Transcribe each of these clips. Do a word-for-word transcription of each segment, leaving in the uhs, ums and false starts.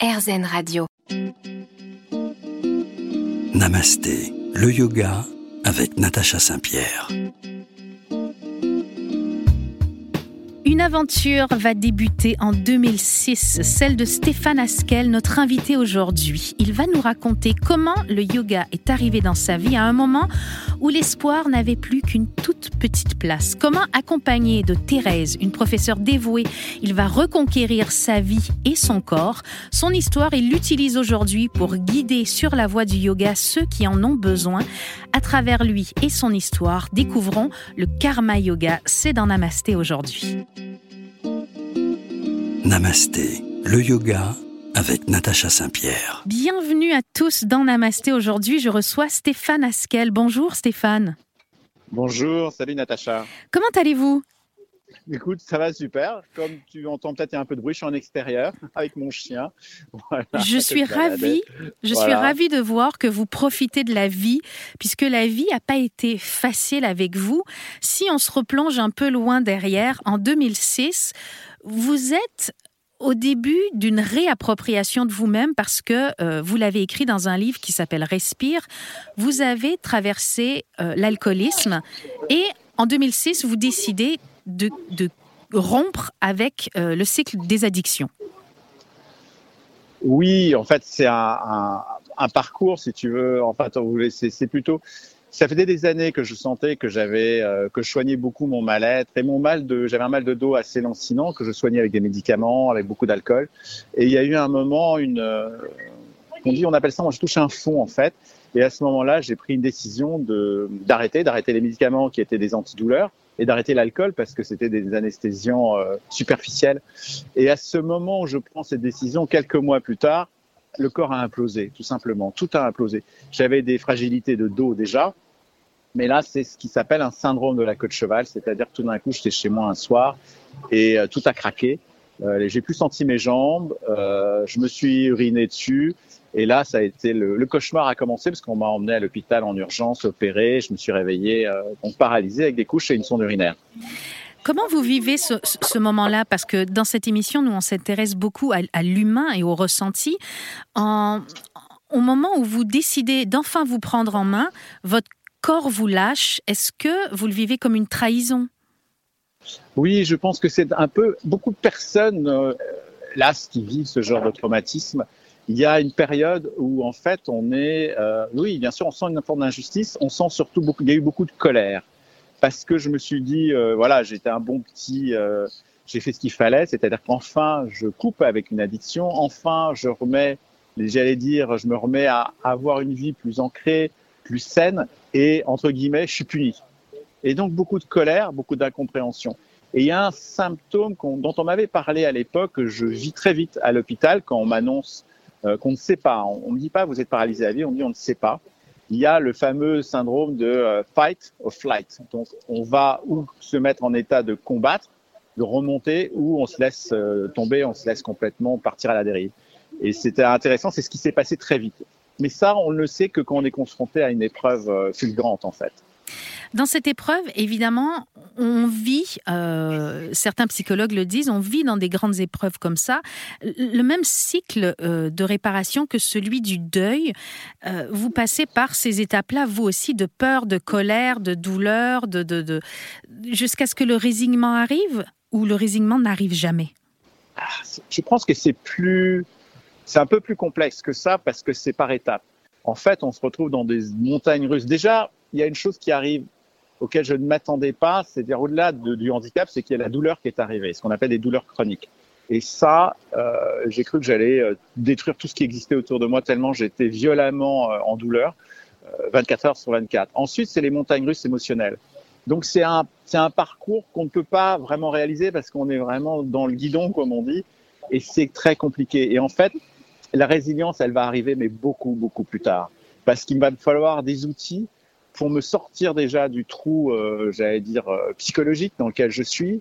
AirZen Radio. Namasté, le yoga avec Natacha Saint-Pierre. Une aventure va débuter en deux mille six, celle de Stéphane Haskell, notre invité aujourd'hui. Il va nous raconter comment le yoga est arrivé dans sa vie à un moment où l'espoir n'avait plus qu'une toute petite place. Comment, accompagné de Thérèse, une professeure dévouée, il va reconquérir sa vie et son corps. Son histoire, il l'utilise aujourd'hui pour guider sur la voie du yoga ceux qui en ont besoin. À travers lui et son histoire, découvrons le Karma Yoga. C'est dans Namasté aujourd'hui. Namasté, le yoga avec Natacha Saint-Pierre. Bienvenue à tous dans Namasté. Aujourd'hui, je reçois Stéphane Haskell. Bonjour Stéphane. Bonjour, salut Natacha. Comment allez-vous ? Écoute, ça va super. Comme tu entends peut-être il y a un peu de bruit, je suis en extérieur avec mon chien. Voilà, je suis ravie, je voilà. suis ravie de voir que vous profitez de la vie, puisque la vie n'a pas été facile avec vous. Si on se replonge un peu loin derrière, en deux mille six, vous êtes au début d'une réappropriation de vous-même parce que euh, vous l'avez écrit dans un livre qui s'appelle Respire. Vous avez traversé euh, l'alcoolisme et en deux mille six, vous décidez de, de rompre avec euh, le cycle des addictions. Oui, en fait, c'est un, un, un parcours, si tu veux. En fait, c'est, c'est plutôt... Ça faisait des années que je sentais que j'avais, euh, que je soignais beaucoup mon mal-être et mon mal de, j'avais un mal de dos assez lancinant que je soignais avec des médicaments, avec beaucoup d'alcool. Et il y a eu un moment, une, euh, on dit, on appelle ça, moi je touche un fond en fait. Et à ce moment-là, j'ai pris une décision de d'arrêter, d'arrêter les médicaments qui étaient des antidouleurs et d'arrêter l'alcool parce que c'était des anesthésiants euh, superficiels. Et à ce moment où je prends cette décision, quelques mois plus tard, le corps a implosé, tout simplement. Tout a implosé. J'avais des fragilités de dos déjà, mais là, c'est ce qui s'appelle un syndrome de la queue de cheval, c'est-à-dire que tout d'un coup, j'étais chez moi un soir et euh, tout a craqué. Euh, j'ai plus senti mes jambes, euh, je me suis uriné dessus et là, ça a été le, le cauchemar a commencé parce qu'on m'a emmené à l'hôpital en urgence, opéré. Je me suis réveillé euh, donc paralysé avec des couches et une sonde urinaire. Comment vous vivez ce, ce moment-là ? Parce que dans cette émission, nous, on s'intéresse beaucoup à, à l'humain et au ressenti. En, au moment où vous décidez d'enfin vous prendre en main, votre corps vous lâche. Est-ce que vous le vivez comme une trahison ? Oui, je pense que c'est un peu... Beaucoup de personnes, euh, là, qui vivent ce genre de traumatisme, il y a une période où, en fait, on est... Euh, oui, bien sûr, on sent une forme d'injustice. On sent surtout beaucoup... Il y a eu beaucoup de colère. Parce que je me suis dit, euh, voilà, j'étais un bon petit, euh, j'ai fait ce qu'il fallait, c'est-à-dire qu'enfin, je coupe avec une addiction, enfin, je remets, j'allais dire, je me remets à avoir une vie plus ancrée, plus saine, et entre guillemets, je suis puni. Et donc, beaucoup de colère, beaucoup d'incompréhension. Et il y a un symptôme qu'on, dont on m'avait parlé à l'époque, que je vis très vite à l'hôpital, quand on m'annonce euh, qu'on ne sait pas. On ne me dit pas, vous êtes paralysé à la vie, on me dit, on ne sait pas. Il y a le fameux syndrome de euh, fight or flight. Donc, on va ou se mettre en état de combattre, de remonter, ou on se laisse euh, tomber, on se laisse complètement partir à la dérive. Et c'était intéressant, c'est ce qui s'est passé très vite. Mais ça, on ne le sait que quand on est confronté à une épreuve euh, fulgurante, en fait. Dans cette épreuve, évidemment, on vit, euh, certains psychologues le disent, on vit dans des grandes épreuves comme ça, le même cycle euh, de réparation que celui du deuil. Euh, vous passez par ces étapes-là, vous aussi, de peur, de colère, de douleur, de, de, de... jusqu'à ce que le résignement arrive, ou le résignement n'arrive jamais. Ah, je pense que c'est plus, c'est un peu plus complexe que ça parce que c'est par étapes. En fait, on se retrouve dans des montagnes russes. Déjà, il y a une chose qui arrive auquel je ne m'attendais pas, c'est-à-dire au-delà de, du handicap, c'est qu'il y a la douleur qui est arrivée, ce qu'on appelle des douleurs chroniques. Et ça, euh, j'ai cru que j'allais euh, détruire tout ce qui existait autour de moi tellement j'étais violemment euh, en douleur, euh, vingt-quatre heures sur vingt-quatre. Ensuite, c'est les montagnes russes émotionnelles. Donc c'est un, c'est un parcours qu'on ne peut pas vraiment réaliser parce qu'on est vraiment dans le guidon, comme on dit, et c'est très compliqué. Et en fait, la résilience, elle va arriver, mais beaucoup, beaucoup plus tard. Parce qu'il va me falloir des outils pour me sortir déjà du trou, euh, j'allais dire, euh, psychologique dans lequel je suis.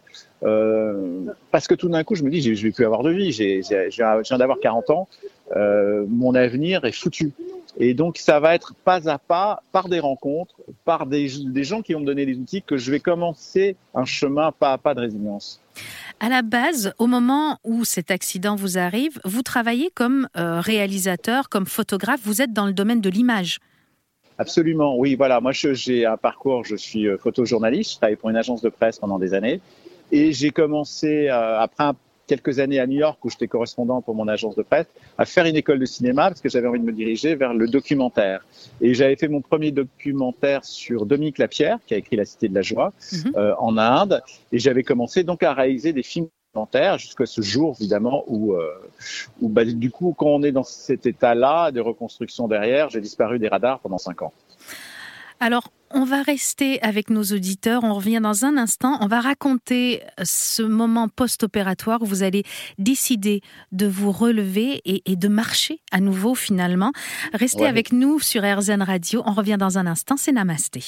Euh, parce que tout d'un coup, je me dis, je ne vais plus avoir de vie. J'ai, j'ai, je viens d'avoir quarante ans. Euh, mon avenir est foutu. Et donc, ça va être pas à pas, par des rencontres, par des, des gens qui vont me donner les outils que je vais commencer un chemin pas à pas de résilience. À la base, au moment où cet accident vous arrive, vous travaillez comme euh, réalisateur, comme photographe, vous êtes dans le domaine de l'image. Absolument, oui, voilà. Moi, je, j'ai un parcours, je suis photojournaliste, je travaille pour une agence de presse pendant des années. Et j'ai commencé, euh, après un, quelques années à New York, où j'étais correspondant pour mon agence de presse, à faire une école de cinéma, parce que j'avais envie de me diriger vers le documentaire. Et j'avais fait mon premier documentaire sur Dominique Lapierre, qui a écrit La Cité de la Joie, mm-hmm. euh, en Inde. Et j'avais commencé donc à réaliser des films documentaires, jusqu'à ce jour, évidemment, où, euh, où bah, du coup, quand on est dans cet état-là, de reconstruction derrière, j'ai disparu des radars pendant cinq ans. Alors, on va rester avec nos auditeurs, on revient dans un instant, on va raconter ce moment post-opératoire où vous allez décider de vous relever et, et de marcher à nouveau finalement. Restez ouais. avec nous sur R Z N Radio, on revient dans un instant, c'est Namasté.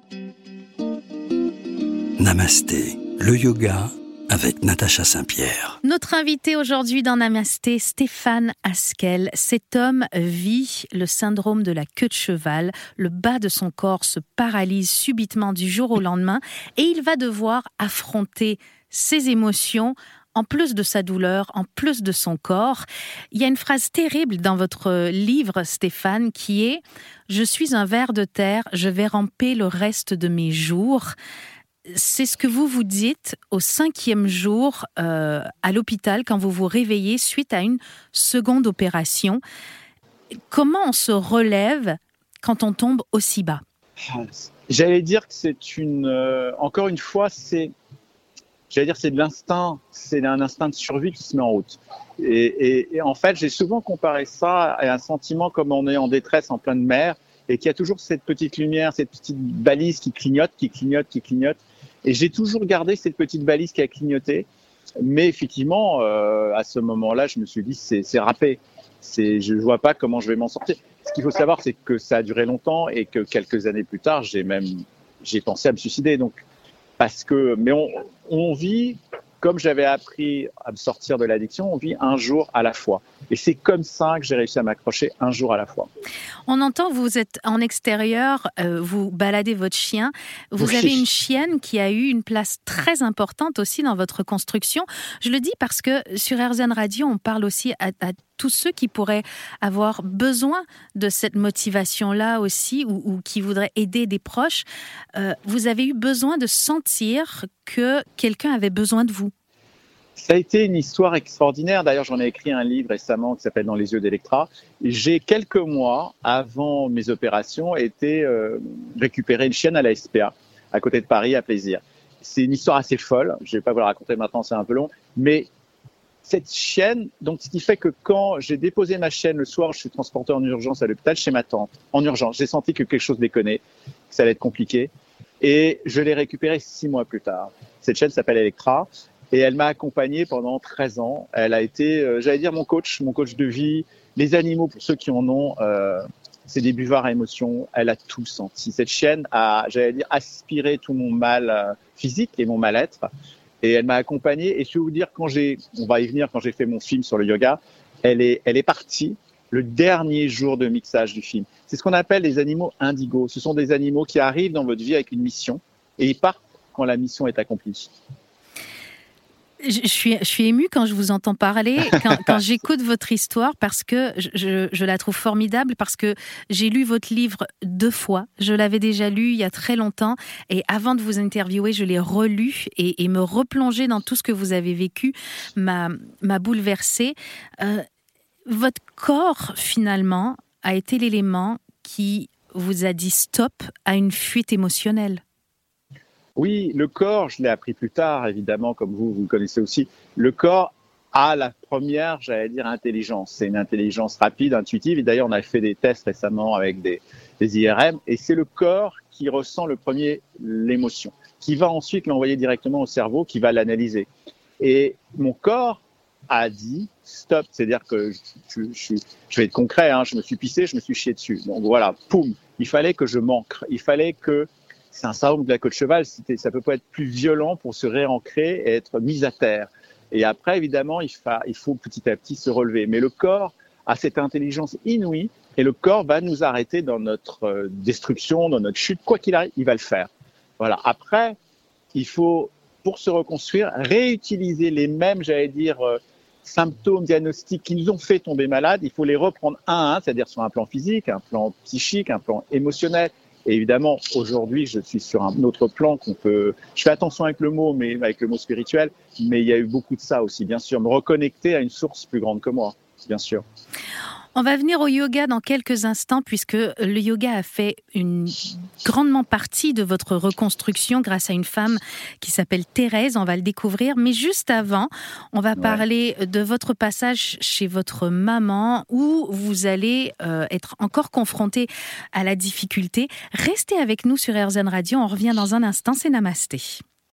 Namasté, le yoga avec Natacha Saint-Pierre. Notre invité aujourd'hui dans Namasté, Stéphane Haskell. Cet homme vit le syndrome de la queue de cheval. Le bas de son corps se paralyse subitement du jour au lendemain et il va devoir affronter ses émotions en plus de sa douleur, en plus de son corps. Il y a une phrase terrible dans votre livre, Stéphane, qui est « Je suis un ver de terre, je vais ramper le reste de mes jours ». C'est ce que vous vous dites au cinquième jour euh, à l'hôpital quand vous vous réveillez suite à une seconde opération. Comment on se relève quand on tombe aussi bas ? J'allais dire que c'est une... Euh, encore une fois, c'est... J'allais dire c'est de l'instinct, c'est un instinct de survie qui se met en route. Et, et, et en fait, j'ai souvent comparé ça à un sentiment comme on est en détresse en pleine mer et qu'il y a toujours cette petite lumière, cette petite balise qui clignote, qui clignote, qui clignote. Et j'ai toujours gardé cette petite balise qui a clignoté. Mais effectivement, euh, à ce moment-là, je me suis dit, c'est, c'est râpé. C'est, je ne vois pas comment je vais m'en sortir. Ce qu'il faut savoir, c'est que ça a duré longtemps et que quelques années plus tard, j'ai même j'ai pensé à me suicider. Donc, parce que, mais on, on vit, comme j'avais appris à me sortir de l'addiction, on vit un jour à la fois. Et c'est comme ça que j'ai réussi à m'accrocher un jour à la fois. On entend, vous êtes en extérieur, euh, vous baladez votre chien. Vous oui. avez une chienne qui a eu une place très importante aussi dans votre construction. Je le dis parce que sur R Z N Radio, on parle aussi à, à tous ceux qui pourraient avoir besoin de cette motivation-là aussi ou, ou qui voudraient aider des proches. Euh, vous avez eu besoin de sentir que quelqu'un avait besoin de vous. Ça a été une histoire extraordinaire. D'ailleurs, j'en ai écrit un livre récemment qui s'appelle « Dans les yeux d'Electra ». J'ai, quelques mois avant mes opérations, été euh, récupérer une chienne à la S P A, à côté de Paris, à Plaisir. C'est une histoire assez folle. Je ne vais pas vous la raconter maintenant, c'est un peu long. Mais cette chienne, donc, ce qui fait que quand j'ai déposé ma chienne le soir, je suis transporté en urgence à l'hôpital chez ma tante. En urgence, j'ai senti que quelque chose déconnait, que ça allait être compliqué. Et je l'ai récupérée six mois plus tard. Cette chienne s'appelle Electra. Et elle m'a accompagné pendant treize ans. Elle a été, euh, j'allais dire, mon coach, mon coach de vie. Les animaux, pour ceux qui en ont, euh, c'est des buvards à émotions. Elle a tout senti. Cette chienne a, j'allais dire, aspiré tout mon mal euh, physique et mon mal-être. Et elle m'a accompagné. Et je vais vous dire, quand j'ai, on va y venir, quand j'ai fait mon film sur le yoga, elle est, elle est partie le dernier jour de mixage du film. C'est ce qu'on appelle les animaux indigos. Ce sont des animaux qui arrivent dans votre vie avec une mission et ils partent quand la mission est accomplie. Je suis, je suis émue quand je vous entends parler, quand, quand j'écoute votre histoire, parce que je, je la trouve formidable, parce que j'ai lu votre livre deux fois. Je l'avais déjà lu il y a très longtemps, et avant de vous interviewer, je l'ai relu, et, et me replonger dans tout ce que vous avez vécu m'a, m'a bouleversée. Euh, votre corps, finalement, a été l'élément qui vous a dit stop à une fuite émotionnelle. Oui, le corps, je l'ai appris plus tard, évidemment, comme vous, vous le connaissez aussi. Le corps a la première, j'allais dire, intelligence. C'est une intelligence rapide, intuitive. Et d'ailleurs, on a fait des tests récemment avec des, des I R M. Et c'est le corps qui ressent le premier l'émotion, qui va ensuite l'envoyer directement au cerveau, qui va l'analyser. Et mon corps a dit stop. C'est-à-dire que je, je, je, je vais être concret, hein, je me suis pissé, je me suis chié dessus. Donc voilà, poum. Il fallait que je m'ancre. Il fallait que... C'est un syndrome de la queue de cheval, ça peut pas être plus violent pour se réancrer et être mis à terre. Et après, évidemment, il, fa, il faut petit à petit se relever. Mais le corps à cette intelligence inouïe et le corps va nous arrêter dans notre euh, destruction, dans notre chute. Quoi qu'il arrive, il va le faire. Voilà. Après, il faut, pour se reconstruire, réutiliser les mêmes, j'allais dire, euh, symptômes, diagnostics qui nous ont fait tomber malades. Il faut les reprendre un à un, c'est-à-dire sur un plan physique, un plan psychique, un plan émotionnel. Et évidemment, aujourd'hui, je suis sur un autre plan qu'on peut... Je fais attention avec le mot, mais avec le mot spirituel, mais il y a eu beaucoup de ça aussi, bien sûr. Me reconnecter à une source plus grande que moi, bien sûr. On va venir au yoga dans quelques instants, puisque le yoga a fait une grandement partie de votre reconstruction grâce à une femme qui s'appelle Thérèse. On va le découvrir. Mais juste avant, on va ouais. parler de votre passage chez votre maman, où vous allez euh, être encore confronté à la difficulté. Restez avec nous sur R Z N Radio. On revient dans un instant. C'est Namasté.